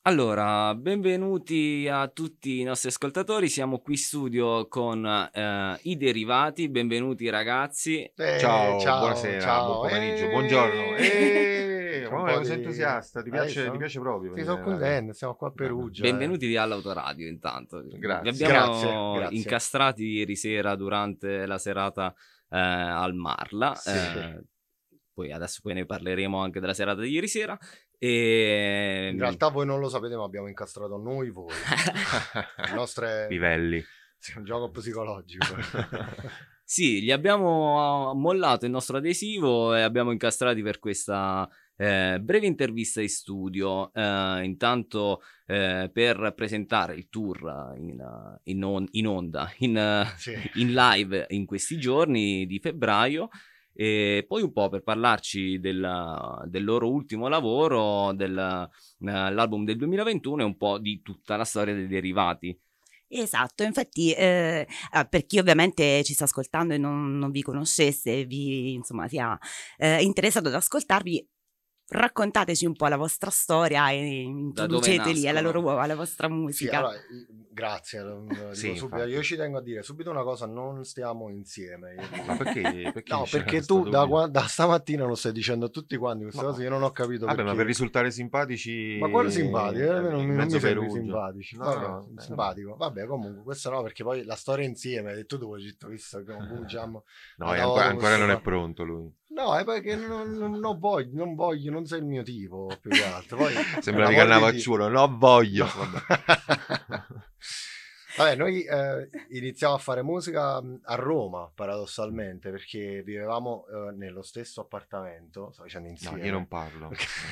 Allora, benvenuti a tutti i nostri ascoltatori. Siamo qui in studio con i Derivati. Benvenuti ragazzi. Ciao, Ciao, buonasera, buon ciao. pomeriggio, buongiorno. C'è un Mamma mia, po' sei di... entusiasta, ti Hai piace, visto? ti piace proprio Sì, venire sono in radio? contento, siamo qua a Bello. Perugia. Benvenuti all'Autoradio intanto. Vi Grazie. abbiamo Grazie. incastrati ieri sera durante la serata al Marla. Sì. Poi ne parleremo anche della serata di ieri sera. In realtà voi non lo sapete, ma abbiamo incastrato noi voi. Il nostro è Livelli. un gioco psicologico. Sì, gli abbiamo mollato il nostro adesivo e abbiamo incastrati per questa breve intervista in studio. Intanto per presentare il tour in onda, Sì. in live in questi giorni di febbraio. E poi un po' per parlarci del loro ultimo lavoro, l'album del 2021 e un po' di tutta la storia dei derivati. Esatto, infatti per chi ovviamente ci sta ascoltando e non vi conoscesse, insomma sia interessato ad ascoltarvi, raccontateci un po' la vostra storia e Da dove introduceteli nascono? alla vostra Sì, musica. allora, grazie. Lo dico Sì, subito. infatti. Io ci tengo a dire subito una cosa: non stiamo insieme. Ma perché? No, c'è perché questo tu dubbio? da stamattina lo stai dicendo a tutti quanti queste Ma- cose, io non ho capito Vabbè, perché. ma per risultare simpatici... Ma quale simpatico? A me non in mi mezzo sembri Perugia. simpatici. No, Vabbè, no, simpatico. Vabbè, comunque, questo no, perché poi la storia insieme, hai detto tu, visto che non cominciamo no, ad ancora non è qua. pronto lui. No, è perché non voglio, non sei il mio tipo, più che altro. Poi, Sembra per di l'amor di Cannavacciuolo, no voglio. No. Vabbè. Vabbè, noi iniziamo a fare musica a Roma, paradossalmente, perché vivevamo nello stesso appartamento, sto dicendo No, insieme. io non parlo.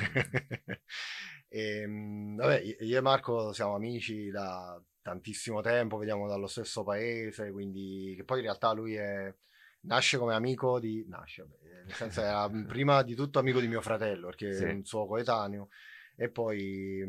Vabbè, io e Marco siamo amici da tantissimo tempo, vediamo dallo stesso paese, quindi che poi in realtà nasce come amico vabbè, nel senso era prima di tutto amico di mio fratello, perché Sì. è un suo coetaneo, e poi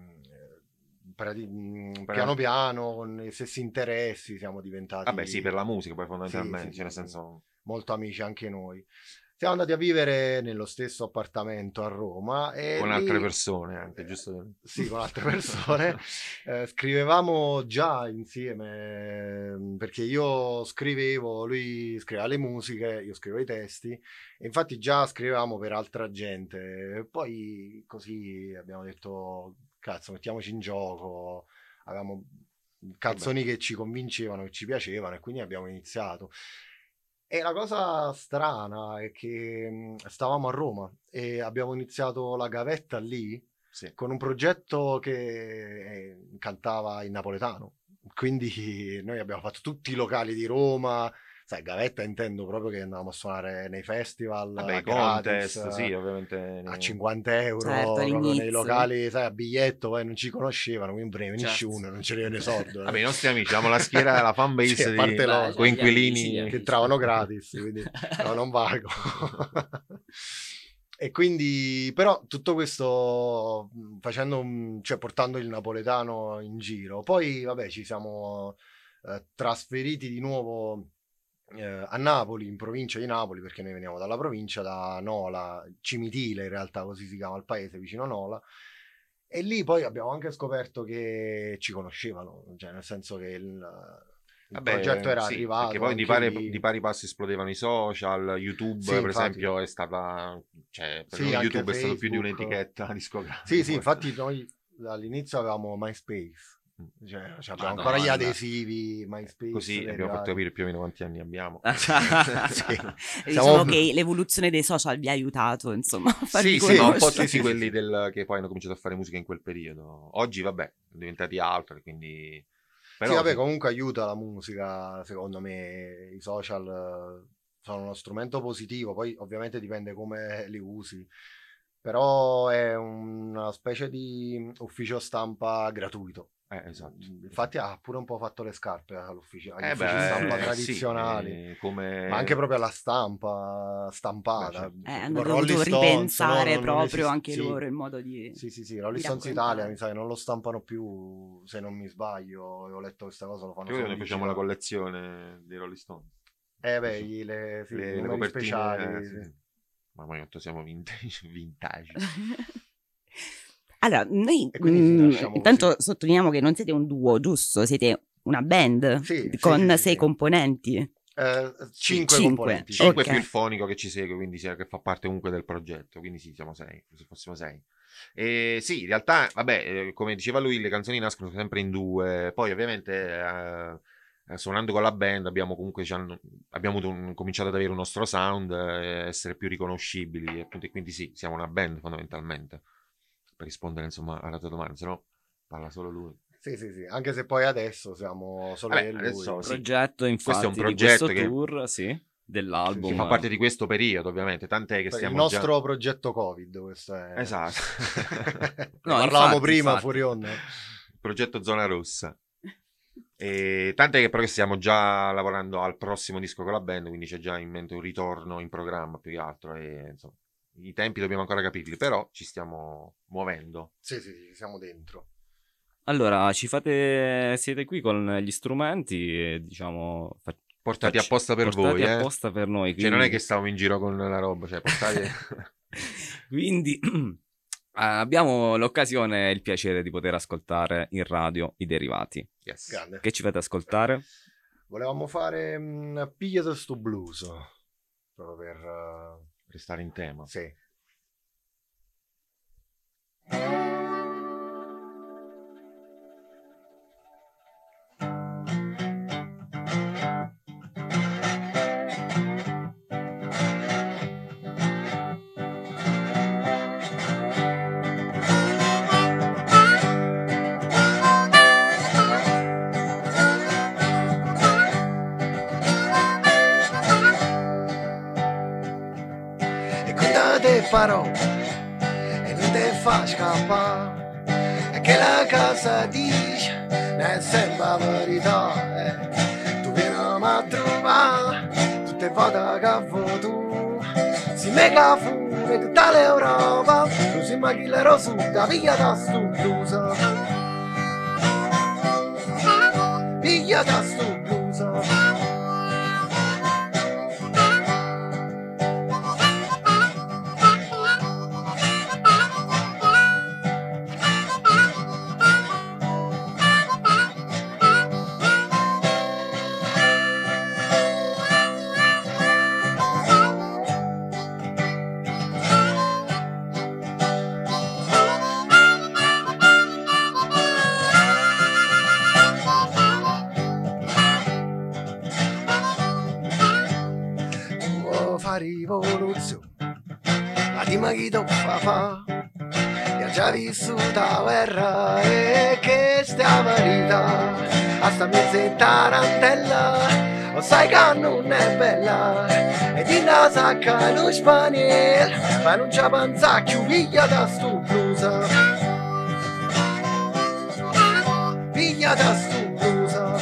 piano piano con gli stessi interessi siamo diventati Vabbè, sì, per la musica poi fondamentalmente, sì, cioè nel senso... molto amici anche noi. Siamo andati a vivere nello stesso appartamento a Roma e Con lì, altre persone anche, giusto? sì, con altre persone. Scrivevamo già insieme, perché io scrivevo, lui scriveva le musiche, io scrivevo i testi, e infatti già scrivevamo per altra gente. Poi così abbiamo detto, cazzo, mettiamoci in gioco, avevamo canzoni che ci convincevano, che ci piacevano, e quindi abbiamo iniziato. E la cosa strana è che stavamo a Roma e abbiamo iniziato la gavetta lì Sì. con un progetto che cantava in napoletano. Quindi noi abbiamo fatto tutti i locali di Roma. Sai, gavetta intendo proprio che andavamo a suonare nei festival Vabbè, i gratis, contest, sì, ovviamente. a 50 euro, Certo, proprio nei all'inizio. locali, sai, a biglietto, poi non ci conoscevano, quindi venisci Certo. uno, non ce ne viene soldo. Vabbè, i nostri amici, abbiamo la schiera, la fanbase Sì, a parte di loro. coinquilini. Che entravano gratis, quindi no, non valgo. E quindi, però, tutto questo cioè portando il napoletano in giro. Poi, vabbè, ci siamo trasferiti di nuovo a Napoli, in provincia di Napoli, perché noi veniamo dalla provincia, da Nola, Cimitile in realtà, così si chiama il paese, vicino a Nola. E lì poi abbiamo anche scoperto che ci conoscevano, cioè nel senso che il Vabbè, progetto era sì, arrivato perché poi anche lì. di pari passo esplodevano i social, YouTube Sì, per infatti. esempio è stata, cioè per Sì, noi anche YouTube è stato più di Facebook. un'etichetta discografica. Sì, infatti noi all'inizio avevamo MySpace, cioè abbiamo ancora gli Madonna. adesivi MySpace. Così abbiamo fatto derivati. capire più o meno quanti anni abbiamo. Sì. Diciamo che l'evoluzione dei social vi ha aiutato, insomma, a farvi Sì, ma un po' conoscere. tutti quelli che poi hanno cominciato a fare musica in quel periodo. Oggi, vabbè, sono diventati altri, quindi... Però, Sì, vabbè, sì. comunque aiuta la musica, secondo me i social sono uno strumento positivo, poi ovviamente dipende come li usi, però è una specie di ufficio stampa gratuito. Esatto. Infatti ha pure un po' fatto le scarpe agli uffici Beh, stampa sì, tradizionali, come... ma anche proprio alla stampa stampata. Beh, certo. Hanno Tipo dovuto Rolling Stones, no? ripensare Non proprio esiste. anche Sì. loro il modo di Sì, Rolling di Stones raccontare. Italia, mi sa che non lo stampano più, se non mi sbaglio, ho letto questa cosa, lo fanno Noi solo noi facciamo la digitale. collezione dei Rolling Stones. Beh, i Le numeri copertine, speciali. sì. Sì. Mamma mia, quanto siamo vintage. Allora, noi E quindi sì, lasciamo intanto sottolineiamo che non siete un duo, giusto? Siete una band Sì, con sì, 6 sì. componenti. 5 Cinque. componenti. 5 Ok. più il fonico che ci segue, quindi che fa parte comunque del progetto, quindi sì, siamo 6, se fossimo 6. E sì, in realtà, vabbè, come diceva lui, le canzoni nascono sempre in due, poi ovviamente suonando con la band abbiamo comunque abbiamo cominciato ad avere un nostro sound, essere più riconoscibili, appunto, e quindi sì, siamo una band fondamentalmente, per rispondere insomma alla tua domanda, se no parla solo lui. Sì, sì, sì, anche se poi adesso siamo solo Vabbè, io e lui. adesso sì. Progetto, infatti, Questo è un di progetto questo che- tour, sì, dell'album. Che fa parte di questo periodo, ovviamente, tant'è che Il stiamo nostro progetto Covid, questo è... Esatto. Ne No, parlavamo infatti, prima infatti. fuori onda. Progetto Zona Rossa. E tant'è che però stiamo già lavorando al prossimo disco con la band, quindi c'è già in mente un ritorno in programma più che altro. E, insomma, i tempi dobbiamo ancora capirli, però ci stiamo muovendo. Sì, sì, sì, siamo dentro. Allora, siete qui con gli strumenti e diciamo Portati apposta per voi, portati apposta per noi. Cioè, non è quindi- che stavamo in giro con la roba, cioè, portati... Quindi abbiamo l'occasione e il piacere di poter ascoltare in radio i derivati. Yes. Grande. Che ci fate ascoltare? Volevamo fare Pigliate sto blues. Proprio per... Restare in tema. sì. E quando te farò e non te fa scappare, è che la casa dice non è sempre la verità. Tu vieni a trovare tutte le volte che vuoi tu, si mega fuori tutta l'Europa, tu si maghillero su da via da sto blues, via da sto blues. Vuoi fare rivoluzione, ma dimmi chi tu fa. Io ho già vissuto la guerra e che sta verità. A sta mezza tarantella, lo sai che non è bella. E di la sacca lo spaniel, ma non ci pensa più, piglia da sto blues. Piglia da sto blues.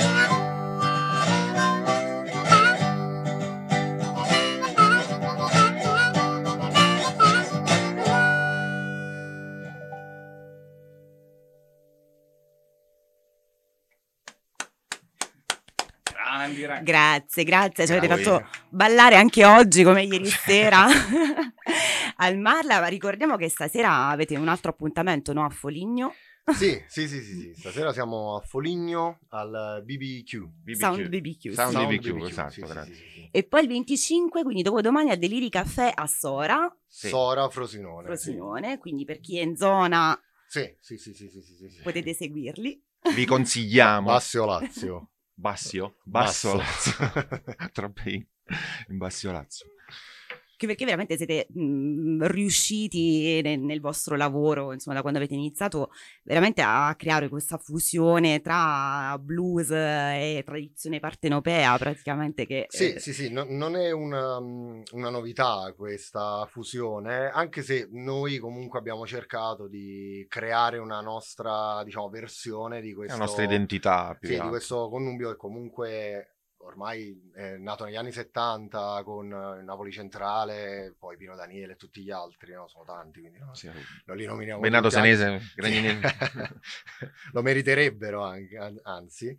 Grandi, ragazzi. Grazie, grazie, ci avete Grazie. fatto ballare anche oggi come ieri sera al Marla, ma ricordiamo che stasera avete un altro appuntamento, no? A Foligno, Sì, sì, sì, sì, sì. Stasera siamo a Foligno al BBQ. BBQ. Sound BBQ. Sound sì. BBQ, esatto, sì, sì, grazie. sì, sì. E poi il 25, quindi dopodomani a Deliri Caffè a Sora, Sì. Sora Frosinone. Frosinone, quindi per chi è in zona Sì, sì, sì, sì, sì, sì, sì, sì. potete seguirli. Vi consigliamo... Bassio Lazio. Bassio? Basso Basso. Lazio. Troppo in Bassio Lazio. Che perché veramente siete riusciti nel vostro lavoro, insomma, da quando avete iniziato, veramente a creare questa fusione tra blues e tradizione partenopea, praticamente che... Sì, sì, sì, non è una novità questa fusione, anche se noi comunque abbiamo cercato di creare una nostra, diciamo, versione di È questo... la nostra identità più Sì, che di altro. questo connubio che comunque ormai è nato negli anni 70 con Napoli Centrale, poi Pino Daniele e tutti gli altri, no? Sono tanti, quindi no? Sì. Non li nominiamo Bennato tutti, anzi- Senese, Gragnini. lo meriterebbero anche, anzi.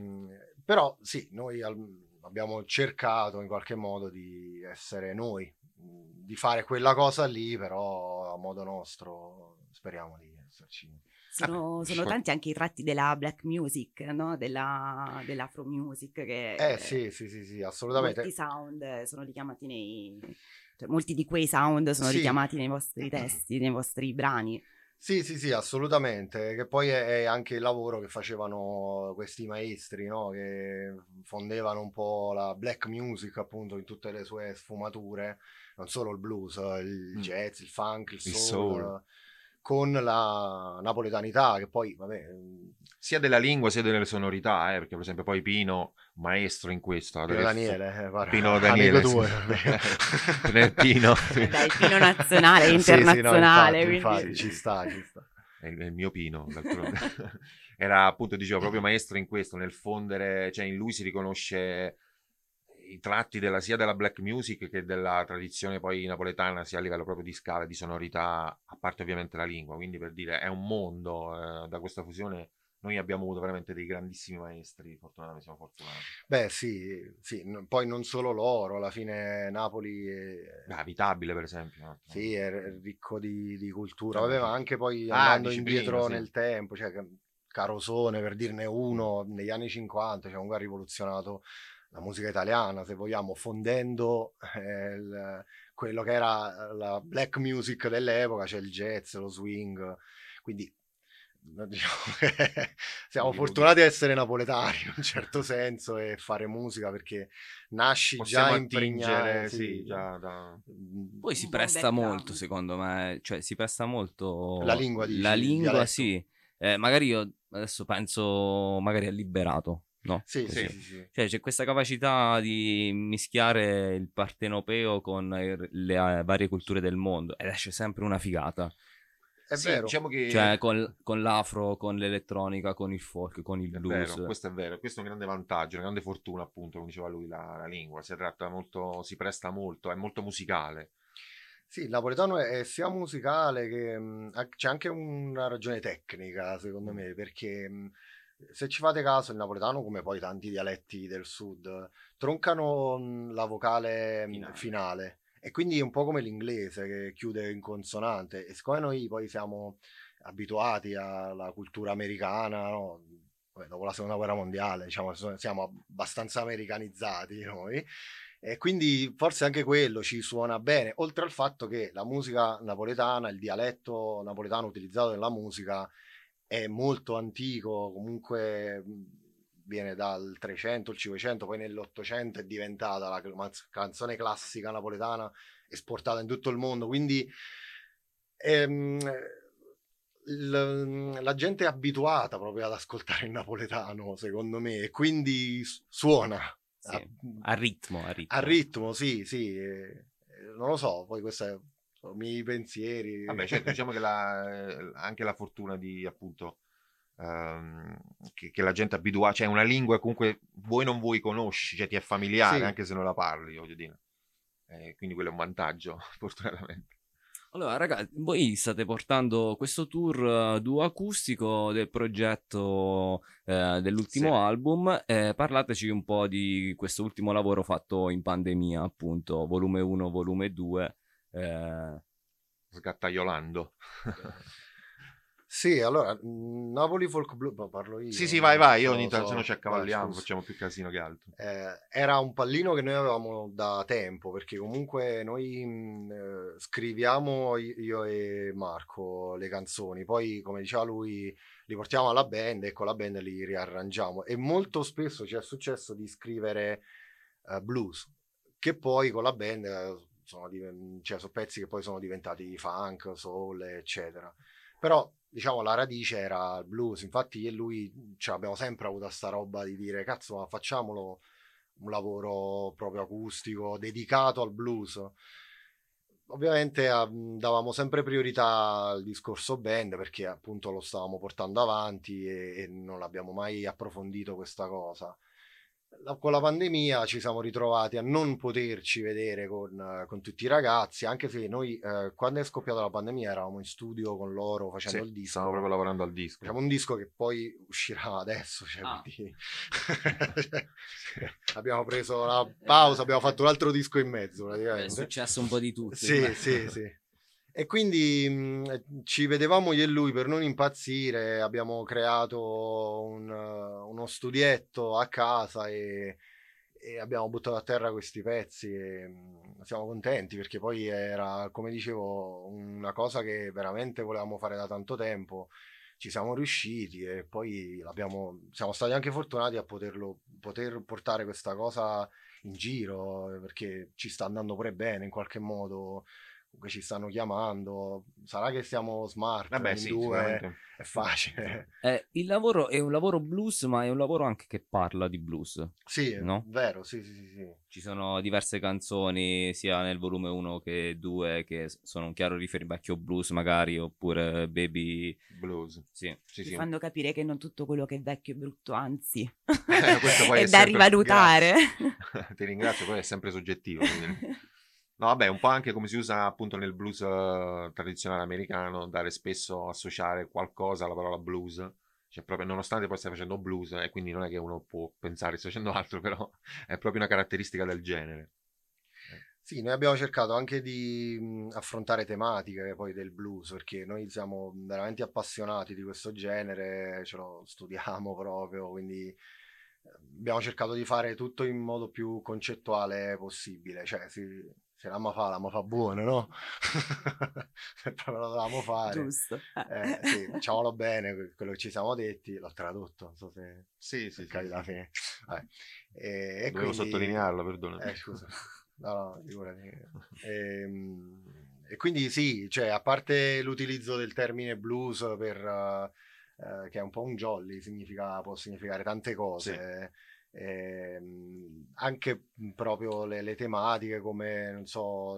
Però sì, noi abbiamo cercato in qualche modo di essere noi, di fare quella cosa lì, però a modo nostro speriamo di esserci. Sono tanti anche i tratti della black music, no? Dell'afro music che Sì, assolutamente. molti sound sono richiamati cioè, molti di quei sound sono richiamati nei vostri testi, nei vostri brani. Sì, assolutamente, che poi è anche il lavoro che facevano questi maestri, no? Che fondevano un po' la black music appunto in tutte le sue sfumature, non solo il blues, il jazz, il funk, il soul, con la napoletanità che poi, vabbè... Sia della lingua sia delle sonorità, perché per esempio poi Pino, maestro in questo. Pino Daniele, Pino Daniele, amico tuo. Pino. Dai, il Pino nazionale, internazionale. No, infatti, ci sta. È il mio Pino, d'altronde. Era appunto, dicevo, proprio maestro in questo, nel fondere, cioè in lui si riconosce i tratti sia della black music che della tradizione poi napoletana, sia a livello proprio di scala, di sonorità, a parte ovviamente la lingua, quindi per dire è un mondo, da questa fusione noi abbiamo avuto veramente dei grandissimi maestri, fortunatamente siamo fortunati. Beh sì, poi non solo loro, alla fine Napoli è... Abitabile per esempio. No? Sì, è ricco di cultura, vabbè, ma anche poi andando indietro nel tempo, cioè Carosone per dirne uno, negli anni 50, cioè comunque ha rivoluzionato la musica italiana, se vogliamo, fondendo quello che era la black music dell'epoca, cioè il jazz, lo swing, quindi diciamo che siamo fortunati ad essere napoletani in un certo senso e fare musica perché nasci possiamo già impregnato. Poi si presta molto, secondo me, cioè si presta molto la lingua, la lingua, sì. Magari io adesso penso magari al Liberato. No? Sì. Cioè, c'è questa capacità di mischiare il partenopeo con le varie culture del mondo ed esce sempre una figata. È vero. Diciamo che... Cioè, con l'afro, con l'elettronica, con il folk, con il blues. Vero, questo è vero, questo è un grande vantaggio, una grande fortuna, appunto, come diceva lui, la lingua si presta molto, è molto musicale. Sì, il napoletano è sia musicale che c'è anche una ragione tecnica, secondo me, perché se ci fate caso, il napoletano, come poi tanti dialetti del sud, troncano la vocale finale. E quindi è un po' come l'inglese che chiude in consonante. E siccome noi poi siamo abituati alla cultura americana, no? Dopo la seconda guerra mondiale, diciamo, siamo abbastanza americanizzati noi. E quindi forse anche quello ci suona bene, oltre al fatto che la musica napoletana, il dialetto napoletano utilizzato nella musica è molto antico, comunque viene dal 300, il 500, poi nell'800 è diventata la canzone classica napoletana esportata in tutto il mondo, quindi la gente è abituata proprio ad ascoltare il napoletano, secondo me, e quindi suona. Sì, a ritmo. A ritmo, sì. Non lo so, poi questo è i miei pensieri. Vabbè, certo, diciamo che anche la fortuna di appunto che la gente abitua, cioè una lingua comunque vuoi non vuoi conosci, cioè ti è familiare anche se non la parli, voglio dire. Quindi quello è un vantaggio, fortunatamente. Allora, ragazzi, voi state portando questo tour duo acustico del progetto dell'ultimo album. Parlateci un po' di questo ultimo lavoro fatto in pandemia, appunto, volume 1, volume 2. Sgattaiolando. Sì, allora, Napoli Folk Blues, parlo io. Sì, vai, io ogni tanto se no ci accavalliamo, facciamo più casino che altro. Era un pallino che noi avevamo da tempo, perché comunque noi scriviamo io e Marco le canzoni, poi come diceva lui li portiamo alla band e con la band li riarrangiamo e molto spesso ci è successo di scrivere blues, che poi con la band sono pezzi che poi sono diventati funk, soul, eccetera. Però diciamo la radice era il blues, infatti io e lui abbiamo sempre avuto sta roba di dire cazzo, ma facciamolo un lavoro proprio acustico dedicato al blues. Ovviamente davamo sempre priorità al discorso band perché appunto lo stavamo portando avanti e non l'abbiamo mai approfondito questa cosa. con la pandemia ci siamo ritrovati a non poterci vedere con tutti i ragazzi, anche se noi quando è scoppiata la pandemia eravamo in studio con loro facendo il disco. Stavamo proprio lavorando al disco. Facciamo un disco che poi uscirà adesso, cioè, quindi... abbiamo preso la pausa, abbiamo fatto un altro disco in mezzo praticamente. È successo un po' di tutto. Sì. E quindi ci vedevamo io e lui per non impazzire, abbiamo creato uno studietto a casa e abbiamo buttato a terra questi pezzi e siamo contenti perché poi era, come dicevo, una cosa che veramente volevamo fare da tanto tempo. Ci siamo riusciti e poi siamo stati anche fortunati a poter portare questa cosa in giro perché ci sta andando pure bene in qualche modo. Comunque ci stanno chiamando, sarà che siamo smart, Vabbè, in sì, due è facile. Il lavoro è un lavoro blues, ma è un lavoro anche che parla di blues. Sì, no? Vero, sì. Ci sono diverse canzoni, sia nel volume 1 che 2, che sono un chiaro riferimento vecchio blues magari, oppure Baby Blues. Sì. Ti fanno capire che non tutto quello che è vecchio è brutto, anzi questo poi è da rivalutare. Ti ringrazio, poi è sempre soggettivo. Quindi... No, vabbè, un po' anche come si usa appunto nel blues tradizionale americano, dare spesso, associare qualcosa alla parola blues, cioè proprio nonostante poi stai facendo blues e quindi non è che uno può pensare sto facendo altro, però è proprio una caratteristica del genere. Sì, noi abbiamo cercato anche di affrontare tematiche poi del blues, perché noi siamo veramente appassionati di questo genere, ce lo studiamo proprio, quindi abbiamo cercato di fare tutto in modo più concettuale possibile, cioè se l'amo fa buono, no? Se proprio lo dovevamo fare. Giusto. Sì, facciamolo bene, quello che ci siamo detti, l'ho tradotto, non so se... Sì. alla fine. Dovevo quindi... sottolinearlo, perdono. Scusa. No, figurati. E quindi sì, cioè, a parte l'utilizzo del termine blues che è un po' un jolly, può significare tante cose. Sì. Anche proprio le tematiche come, non so,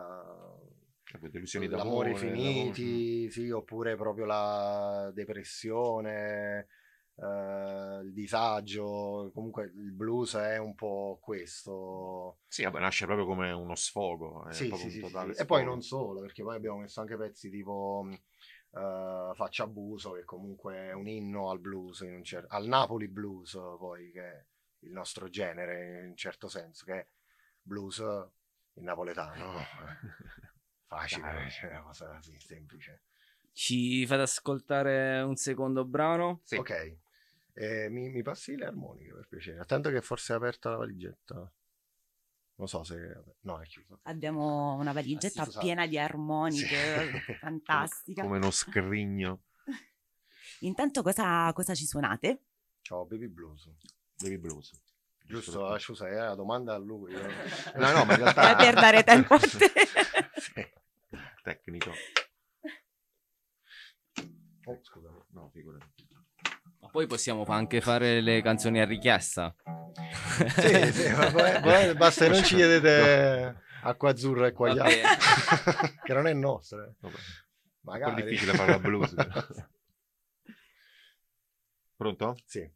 l'amore finiti, sì, oppure proprio la depressione, il disagio. Comunque il blues è un po' questo. Sì, vabbè, nasce proprio come uno sfogo. Sì. Sfogo. E poi non solo, perché poi abbiamo messo anche pezzi tipo Faccia Abuso, che comunque è un inno al blues, al Napoli blues, poi che è il nostro genere in un certo senso, che è blues in napoletano. Facile, è una cosa così semplice. Ci fate ascoltare un secondo brano? Sì. Ok, mi passi le armoniche per piacere, attento che forse è aperta la valigetta. Non so se... No, è chiuso. Abbiamo una valigetta piena di armoniche, fantastica. Come uno scrigno. Intanto cosa ci suonate? Ciao, Baby Blues. Baby Blues. Giusto, scusa, è la domanda a lui. No, ma in realtà... per dare tempo a te. Sì. Tecnico. Scusa. No, figurati. Ma poi possiamo anche fare le canzoni a richiesta. Sì, basta che non ci chiedete acqua azzurra e quagliata, che non è nostra. Magari. È difficile fare la blues. Pronto? Sì.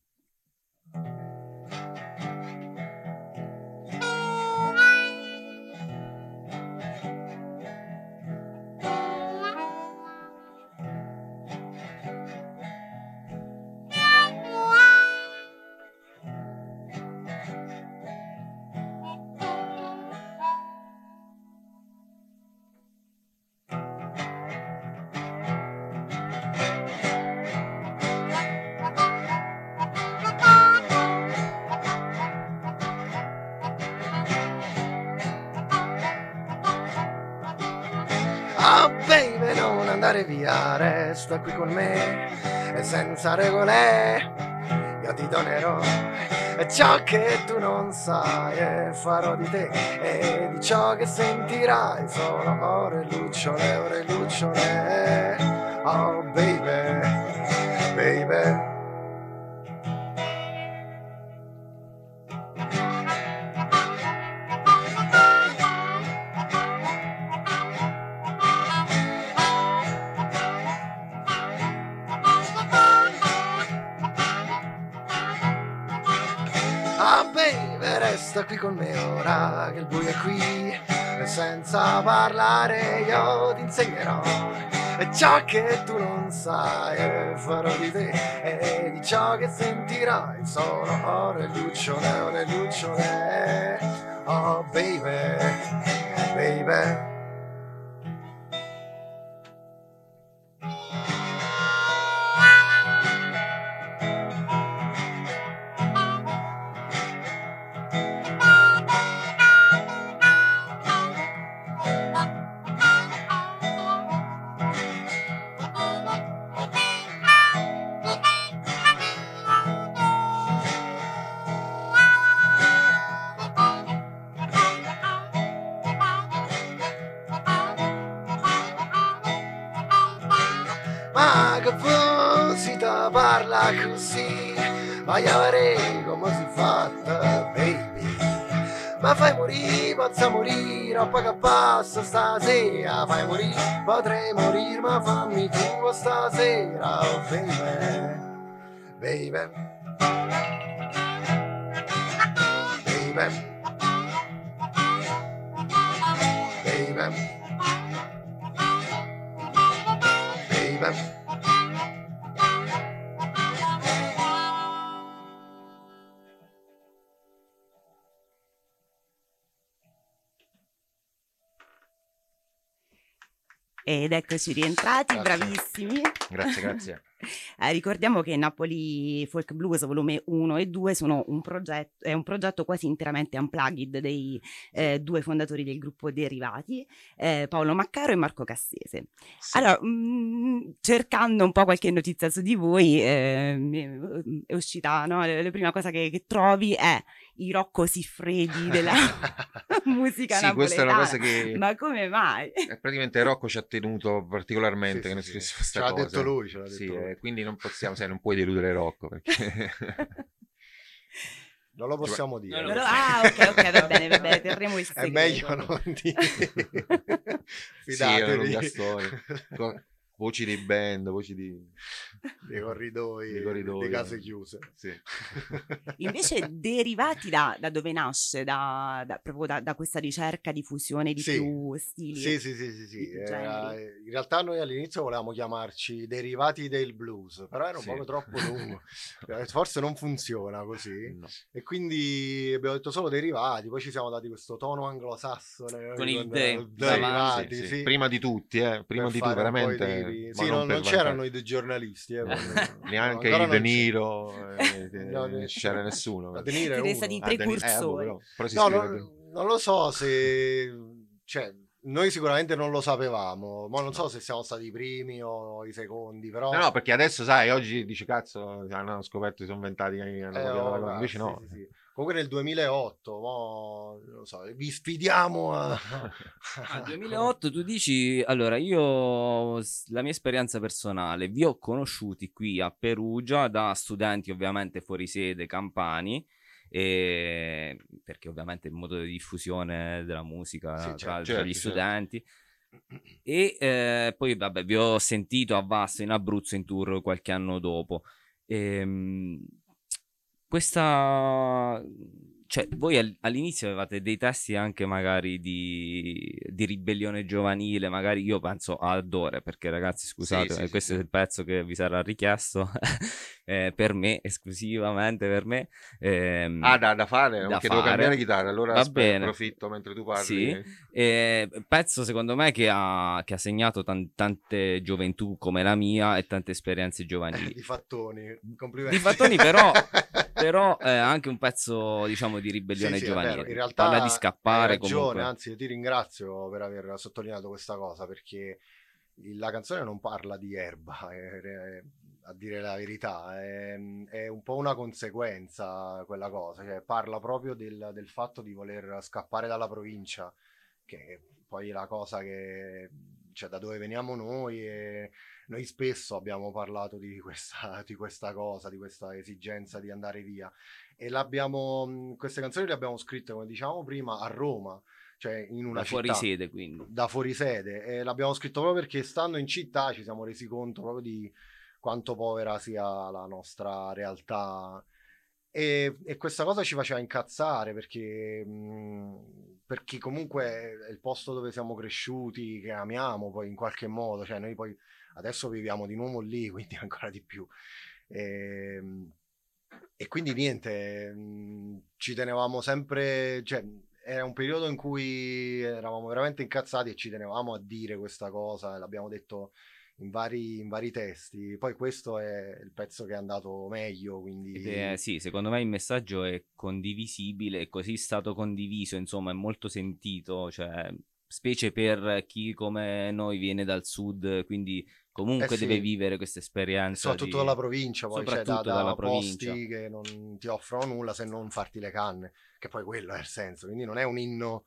Oh baby, non andare via, resta qui con me e senza regole io ti donerò ciò che tu non sai e farò di te e di ciò che sentirai sono ore lucciole, oh baby, baby. Ah baby, resta qui con me ora che il buio è qui, e senza parlare io ti insegnerò e ciò che tu non sai farò di te, e di ciò che sentirai sono le lucciole. Oh baby, baby. Ma che musica parla così, vai a vedere come si fatta, baby. Ma fai morire, posso morire, o poi che passa stasera. Fai morire, potrei morire, ma fammi tu stasera, oh baby, baby, baby, baby. Ed eccoci rientrati, Grazie. bravissimi. Grazie. Ricordiamo che Napoli Folk Blues volume 1 e 2 sono è un progetto quasi interamente unplugged dei due fondatori del gruppo Derivati, Paolo Maccaro e Marco Cassese. Sì. Allora, cercando un po' qualche notizia su di voi, è uscita, no? La prima cosa che trovi è i Rocco Siffredi della musica Sì, napoletana. questa è una cosa che Ma come mai? praticamente Rocco ci ha tenuto particolarmente Sì, che noi sì, scrissimo sì. questa Ce l'ha cosa. detto lui, ce l'ha Sì, detto lui. quindi non possiamo, sai, non puoi deludere Rocco perché Non lo possiamo dire. no, ok, va bene, terremo il segreto. È meglio non dire. sì, è una lunga Fidatevi. storia. Voci di band, voci di Dei corridoi, Dei corridoi, di case chiuse. sì. Invece derivati da dove nasce, proprio da questa ricerca di fusione di Sì. più stili. Sì. di più generi. In realtà noi all'inizio volevamo chiamarci Derivati del Blues, però era un Sì. po' troppo lungo. Forse non funziona così. No. E quindi abbiamo detto solo Derivati, poi ci siamo dati questo tono anglosassone Con il de Derivati, Sì, sì. sì. Prima di tutti, prima Per di fare tutto, un po' i veramente. tipi. ma Sì, non per non c'erano vantare. i dei giornalisti, Neanche ancora i non De Niro, No, non c'era nessuno. A De Niro è Siete uno. stati Ah, precursori. però si No, scrive non lo so se... Cioè, noi sicuramente non lo sapevamo, ma non so se siamo stati i primi o i secondi, però... No, perché adesso, sai, oggi dici, cazzo, hanno scoperto, si sono inventati, hanno copiato la cosa. Invece no. Sì. Comunque nel 2008, non lo so, vi sfidiamo a... Ah, 2008 tu dici, allora io la mia esperienza personale, vi ho conosciuti qui a Perugia da studenti ovviamente fuori sede campani, perché ovviamente il modo di diffusione della musica Sì, tra certo, gli certo. studenti. E poi vabbè vi ho sentito a Vasto in Abruzzo in tour qualche anno dopo. Questa, cioè, voi all'inizio avevate dei testi anche magari di ribellione giovanile, magari io penso a Dore, perché ragazzi scusate, Sì, questo sì. è il pezzo che vi sarà richiesto per me, esclusivamente per me. Da fare, da perché devo fare. cambiare chitarra, allora Va bene. approfitto mentre tu parli. Sì, pezzo secondo me che ha segnato tante gioventù come la mia e tante esperienze giovanili. Di fattoni, complimenti. Di fattoni però è anche un pezzo diciamo di ribellione Sì, è giovanile. vero. In realtà parla di scappare hai ragione, comunque. anzi io ti ringrazio per aver sottolineato questa cosa, perché la canzone non parla di erba, a dire la verità, è un po' una conseguenza quella cosa, cioè parla proprio del fatto di voler scappare dalla provincia, che poi è la cosa che, cioè, da dove veniamo noi, e noi spesso abbiamo parlato di questa cosa, di questa esigenza di andare via, e queste canzoni le abbiamo scritte, come dicevamo prima, a Roma, cioè in una Da fuori città, sede, quindi. da fuori sede, e l'abbiamo scritto proprio perché stando in città ci siamo resi conto proprio di quanto povera sia la nostra realtà, E questa cosa ci faceva incazzare perché comunque è il posto dove siamo cresciuti, che amiamo poi in qualche modo, cioè noi poi adesso viviamo di nuovo lì, quindi ancora di più. E quindi niente, ci tenevamo sempre, cioè era un periodo in cui eravamo veramente incazzati e ci tenevamo a dire questa cosa, e l'abbiamo detto in vari testi. Poi questo è il pezzo che è andato meglio, quindi sì, secondo me il messaggio è condivisibile, e così è stato condiviso, insomma, è molto sentito, cioè, specie per chi come noi viene dal sud, quindi comunque sì, deve vivere questa esperienza. soprattutto dalla provincia, poi soprattutto da dalla posti provincia che non ti offrono nulla se non farti le canne, che poi quello è il senso. Quindi non è un inno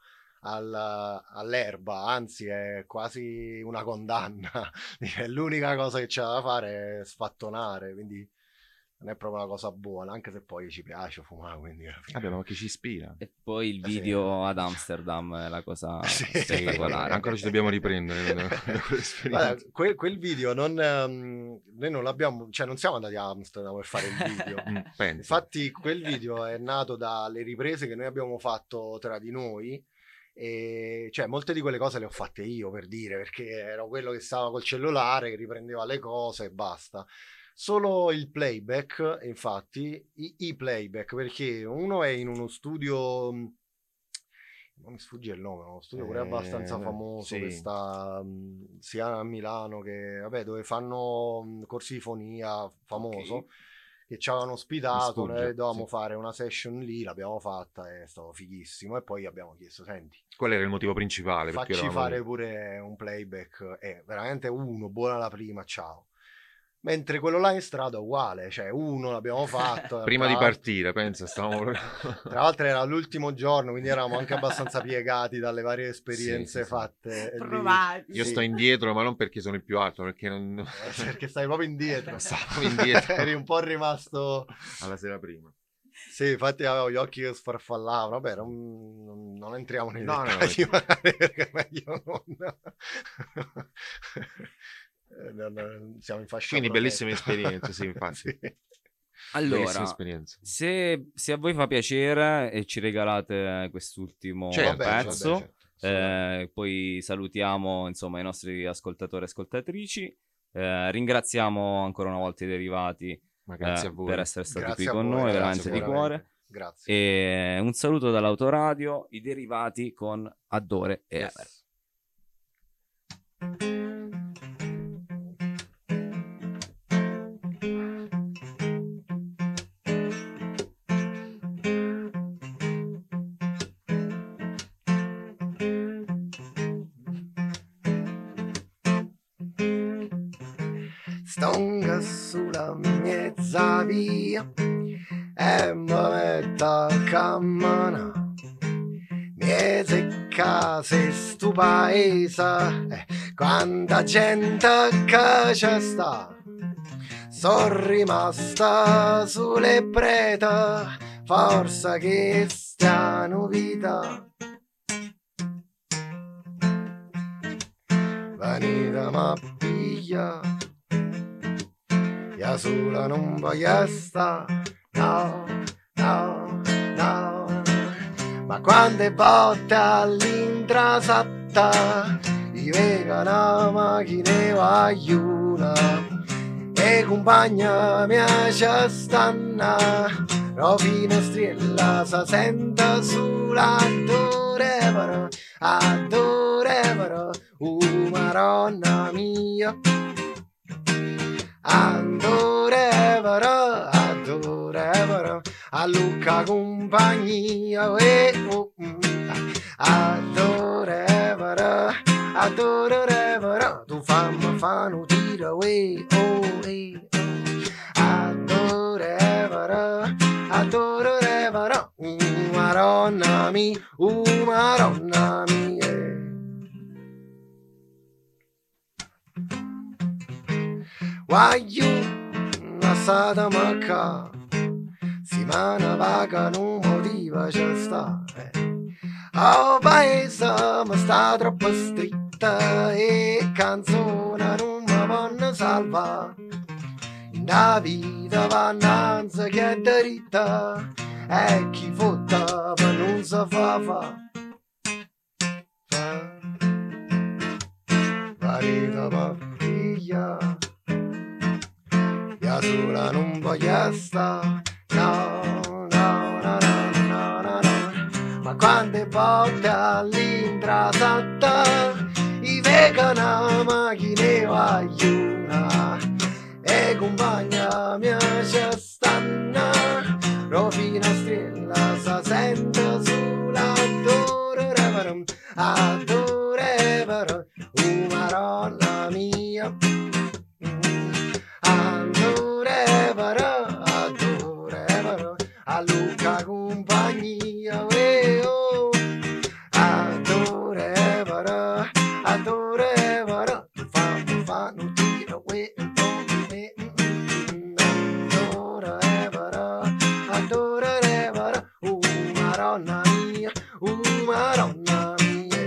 all'erba, anzi è quasi una condanna. È l'unica cosa che c'è da fare è sfattonare, quindi non è proprio una cosa buona, anche se poi ci piace fumare, quindi vabbè, ma che ci ispira. E poi il video ad Amsterdam è la cosa spettacolare. Ancora ci dobbiamo riprendere. Guarda, quel video noi non l'abbiamo, cioè non siamo andati a Amsterdam per fare il video. Infatti quel video è nato dalle riprese che noi abbiamo fatto tra di noi, e cioè molte di quelle cose le ho fatte io, per dire, perché ero quello che stava col cellulare, che riprendeva le cose e basta. Solo il playback, infatti, i playback, perché uno è in uno studio, non mi sfugge il nome, uno studio pure abbastanza famoso, sì, che sta sia a Milano che, vabbè, dove fanno corsi di fonia, famoso, Ok. che ci avevano ospitato, sfugge, noi dovevamo sì, fare una session lì, l'abbiamo fatta e è stato fighissimo. E poi abbiamo chiesto, senti, qual era il motivo principale? Perché facci eravamo fare lì. pure un playback, veramente uno, buona la prima, ciao. Mentre quello là in strada uguale, cioè uno l'abbiamo fatto. Prima di partire, pensa, stavamo... Tra l'altro era l'ultimo giorno, quindi eravamo anche abbastanza piegati dalle varie esperienze Sì. fatte. Provati. Io sto indietro, ma non perché sono il più alto, perché non... Perché stai proprio indietro. Stavo indietro. Eri un po' rimasto... alla sera prima. Sì, infatti avevo gli occhi che sfarfallavano. Vabbè, non entriamo nei No, dettagli, magari, perché è meglio siamo in fascia Quindi protetta. bellissime esperienze, sì, infatti. Sì. Bellissime Allora, esperienze. se a voi fa piacere e ci regalate quest'ultimo Certo, pezzo, certo. poi salutiamo insomma i nostri ascoltatori e ascoltatrici, ringraziamo ancora una volta i derivati Ma grazie a voi. per essere stati Grazie qui a con voi, noi, ragazzi, veramente di cuore. veramente. Grazie. E un saluto dall'autoradio, i derivati con Adore e Ever. Stonga sulla mezza via e mi metto a cammina, miese case stu paese, quanta gente che c'è sta, sono rimasta sulle prete, forse che stiano vita. Venite ma piglia, io sola non voglio sta, no, ma quante volte all'intrasatta i vega una macchina vagliuna e compagna mia ci stanno, la finestrella si sente sulla adorevole, Maronna mia, adorevole, a Luca compagnia, adorevole, tu fammi fa un tiro, adorevole, Maronna mia, Maronna mia. Guagliù, una stata macca, settimana vaga non motiva c'è sta. Oh paese mi sta troppo stretta e canzone non mi vanno salva. In La vita va innanzi che è dritta e chi fotta per non si fa Parita per figlia Via sola non voglio sta No, ma quante volte all'intrasata I vega una macchina aiuna E compagna mia ci stanno Rovina stella sa sente sulla Adore però Maronna mia Adore però A Luca compagnia oh. Adore però Tu fa non tiro Adore però Maronna mia Maronna mia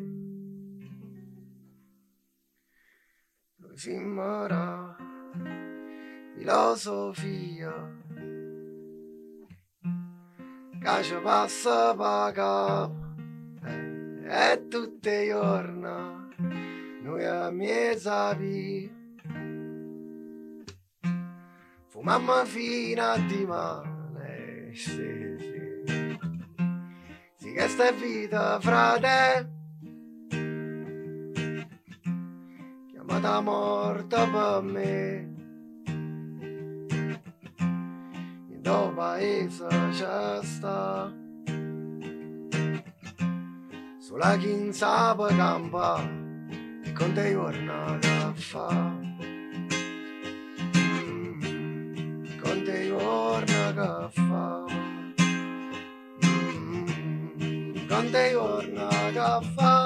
Simmora filosofia che ci passa per capo e tutte le giorni noi a mezza via fumammo fino a di male sì che sta vita frate chiamata morta per me in paese c'è sta sulla chi sa per campa e con te giorna che fa con te giorna che fa con te giorna che fa